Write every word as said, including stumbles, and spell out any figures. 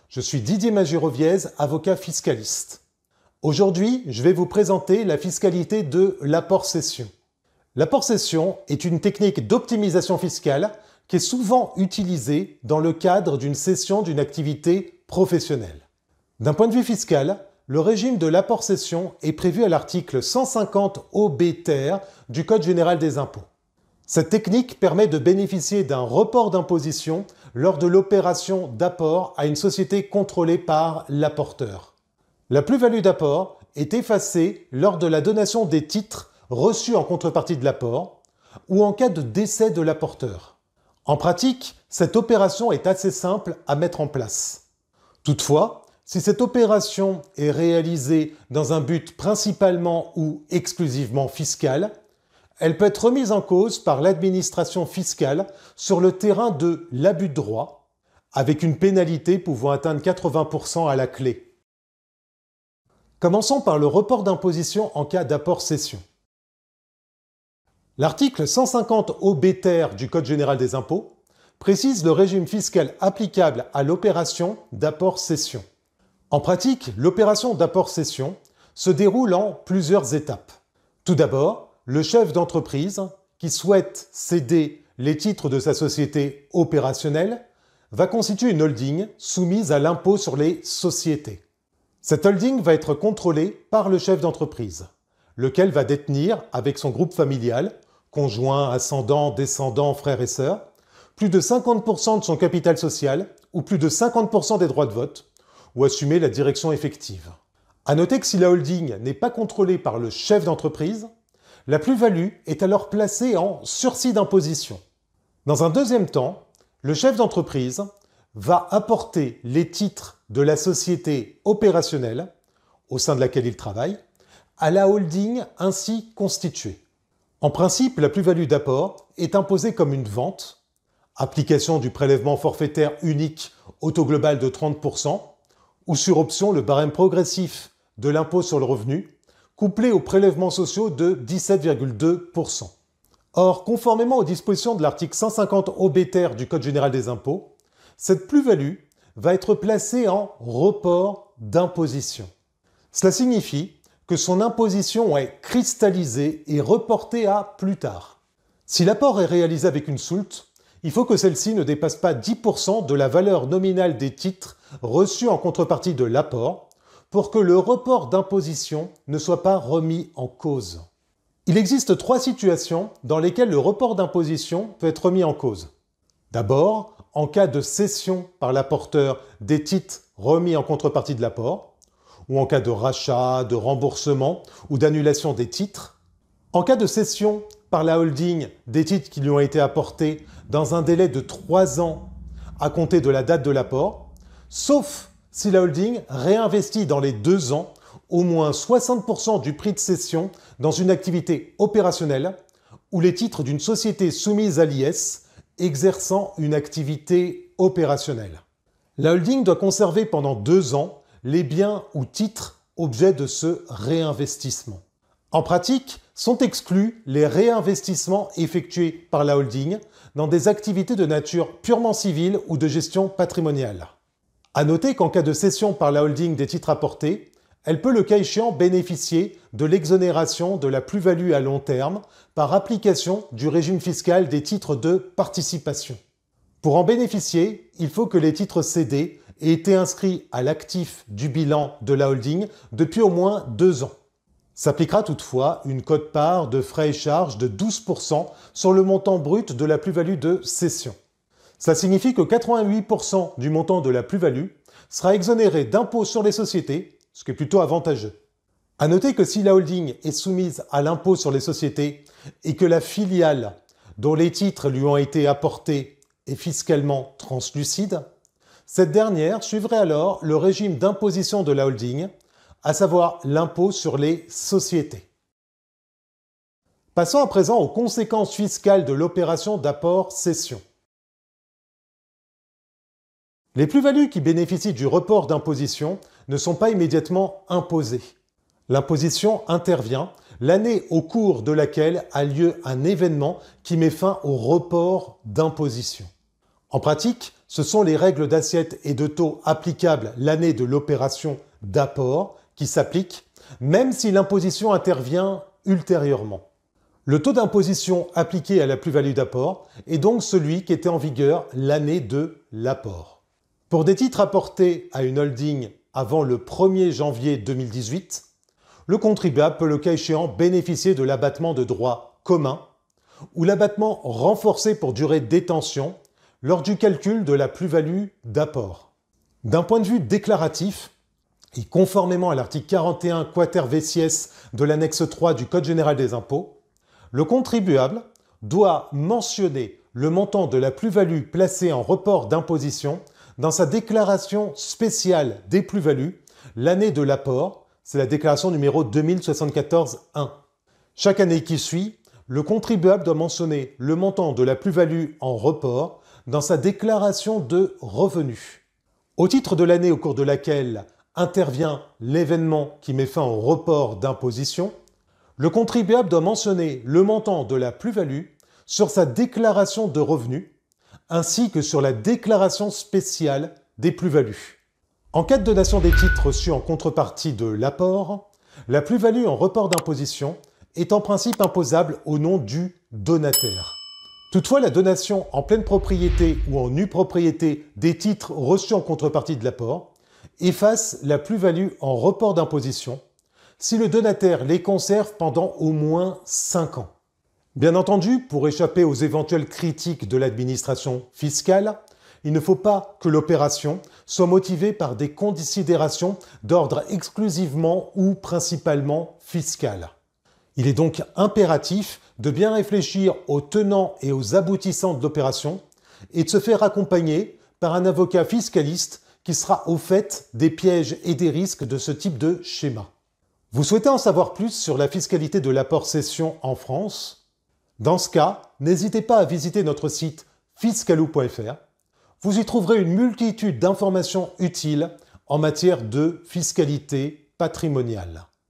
Je suis Didier Magiroviez, avocat fiscaliste. Aujourd'hui, je vais vous présenter la fiscalité de l'apport-cession. L'apport-cession est une technique d'optimisation fiscale qui est souvent utilisée dans le cadre d'une cession d'une activité professionnelle. D'un point de vue fiscal, le régime de l'apport-cession est prévu à l'article cent cinquante O B ter du Code général des impôts. Cette technique permet de bénéficier d'un report d'imposition lors de l'opération d'apport à une société contrôlée par l'apporteur. La plus-value d'apport est effacée lors de la donation des titres reçus en contrepartie de l'apport ou en cas de décès de l'apporteur. En pratique, cette opération est assez simple à mettre en place. Toutefois, si cette opération est réalisée dans un but principalement ou exclusivement fiscal, elle peut être remise en cause par l'administration fiscale sur le terrain de l'abus de droit, avec une pénalité pouvant atteindre quatre-vingts pour cent à la clé. Commençons par le report d'imposition en cas d'apport-cession. L'article cent cinquante O B ter du Code général des impôts précise le régime fiscal applicable à l'opération d'apport-cession. En pratique, l'opération d'apport-cession se déroule en plusieurs étapes. Tout d'abord, le chef d'entreprise qui souhaite céder les titres de sa société opérationnelle va constituer une holding soumise à l'impôt sur les sociétés. Cette holding va être contrôlée par le chef d'entreprise, lequel va détenir, avec son groupe familial, conjoint, ascendant, descendant, frères et sœurs, plus de cinquante pour cent de son capital social ou plus de cinquante pour cent des droits de vote, ou assumer la direction effective. À noter que si la holding n'est pas contrôlée par le chef d'entreprise, la plus-value est alors placée en sursis d'imposition. Dans un deuxième temps, le chef d'entreprise va apporter les titres de la société opérationnelle, au sein de laquelle il travaille, à la holding ainsi constituée. En principe, la plus-value d'apport est imposée comme une vente, application du prélèvement forfaitaire unique au taux global de trente pour cent, ou sur option le barème progressif de l'impôt sur le revenu, couplé aux prélèvements sociaux de dix-sept virgule deux pour cent. Or, conformément aux dispositions de l'article cent cinquante O B ter du Code général des impôts, cette plus-value va être placée en report d'imposition. Cela signifie que son imposition est cristallisée et reportée à plus tard. Si l'apport est réalisé avec une soulte, il faut que celle-ci ne dépasse pas dix pour cent de la valeur nominale des titres reçus en contrepartie de l'apport, pour que le report d'imposition ne soit pas remis en cause. Il existe trois situations dans lesquelles le report d'imposition peut être remis en cause. D'abord, en cas de cession par l'apporteur des titres remis en contrepartie de l'apport, ou en cas de rachat, de remboursement ou d'annulation des titres. En cas de cession par la holding des titres qui lui ont été apportés dans un délai de trois ans à compter de la date de l'apport, sauf si la holding réinvestit dans les deux ans au moins soixante pour cent du prix de cession dans une activité opérationnelle ou les titres d'une société soumise à l'I S exerçant une activité opérationnelle. La holding doit conserver pendant deux ans les biens ou titres objet de ce réinvestissement. En pratique, sont exclus les réinvestissements effectués par la holding dans des activités de nature purement civile ou de gestion patrimoniale. À noter qu'en cas de cession par la holding des titres apportés, elle peut le cas échéant bénéficier de l'exonération de la plus-value à long terme par application du régime fiscal des titres de participation. Pour en bénéficier, il faut que les titres cédés aient été inscrits à l'actif du bilan de la holding depuis au moins deux ans. S'appliquera toutefois une quote-part de frais et charges de douze pour cent sur le montant brut de la plus-value de cession. Cela signifie que quatre-vingt-huit pour cent du montant de la plus-value sera exonéré d'impôt sur les sociétés, ce qui est plutôt avantageux. À noter que si la holding est soumise à l'impôt sur les sociétés et que la filiale dont les titres lui ont été apportés est fiscalement translucide, cette dernière suivrait alors le régime d'imposition de la holding, à savoir l'impôt sur les sociétés. Passons à présent aux conséquences fiscales de l'opération d'apport-cession. Les plus-values qui bénéficient du report d'imposition ne sont pas immédiatement imposées. L'imposition intervient l'année au cours de laquelle a lieu un événement qui met fin au report d'imposition. En pratique, Ce sont les règles d'assiette et de taux applicables l'année de l'opération d'apport qui s'appliquent, même si l'imposition intervient ultérieurement. Le taux d'imposition appliqué à la plus-value d'apport est donc celui qui était en vigueur l'année de l'apport. Pour des titres apportés à une holding avant le premier janvier deux mille dix-huit, le contribuable peut le cas échéant bénéficier de l'abattement de droit commun ou l'abattement renforcé pour durée de détention lors du calcul de la plus-value d'apport. D'un point de vue déclaratif, et conformément à l'article quarante et un quater vesies de l'annexe trois du Code général des impôts, le contribuable doit mentionner le montant de la plus-value placée en report d'imposition dans sa déclaration spéciale des plus-values l'année de l'apport, c'est la déclaration numéro deux mille soixante-quatorze un. Chaque année qui suit, le contribuable doit mentionner le montant de la plus-value en report dans sa déclaration de revenus. Au titre de l'année au cours de laquelle intervient l'événement qui met fin au report d'imposition, le contribuable doit mentionner le montant de la plus-value sur sa déclaration de revenus ainsi que sur la déclaration spéciale des plus-values. En cas de donation des titres reçus en contrepartie de l'apport, la plus-value en report d'imposition est en principe imposable au nom du donataire. Toutefois, la donation en pleine propriété ou en nue propriété des titres reçus en contrepartie de l'apport efface la plus-value en report d'imposition si le donataire les conserve pendant au moins cinq ans. Bien entendu, pour échapper aux éventuelles critiques de l'administration fiscale, il ne faut pas que l'opération soit motivée par des considérations d'ordre exclusivement ou principalement fiscal. Il est donc impératif de bien réfléchir aux tenants et aux aboutissants de l'opération et de se faire accompagner par un avocat fiscaliste qui sera au fait des pièges et des risques de ce type de schéma. Vous souhaitez en savoir plus sur la fiscalité de l'apport-cession en France? Dans ce cas, n'hésitez pas à visiter notre site fiscalou point F R. Vous y trouverez une multitude d'informations utiles en matière de fiscalité patrimoniale.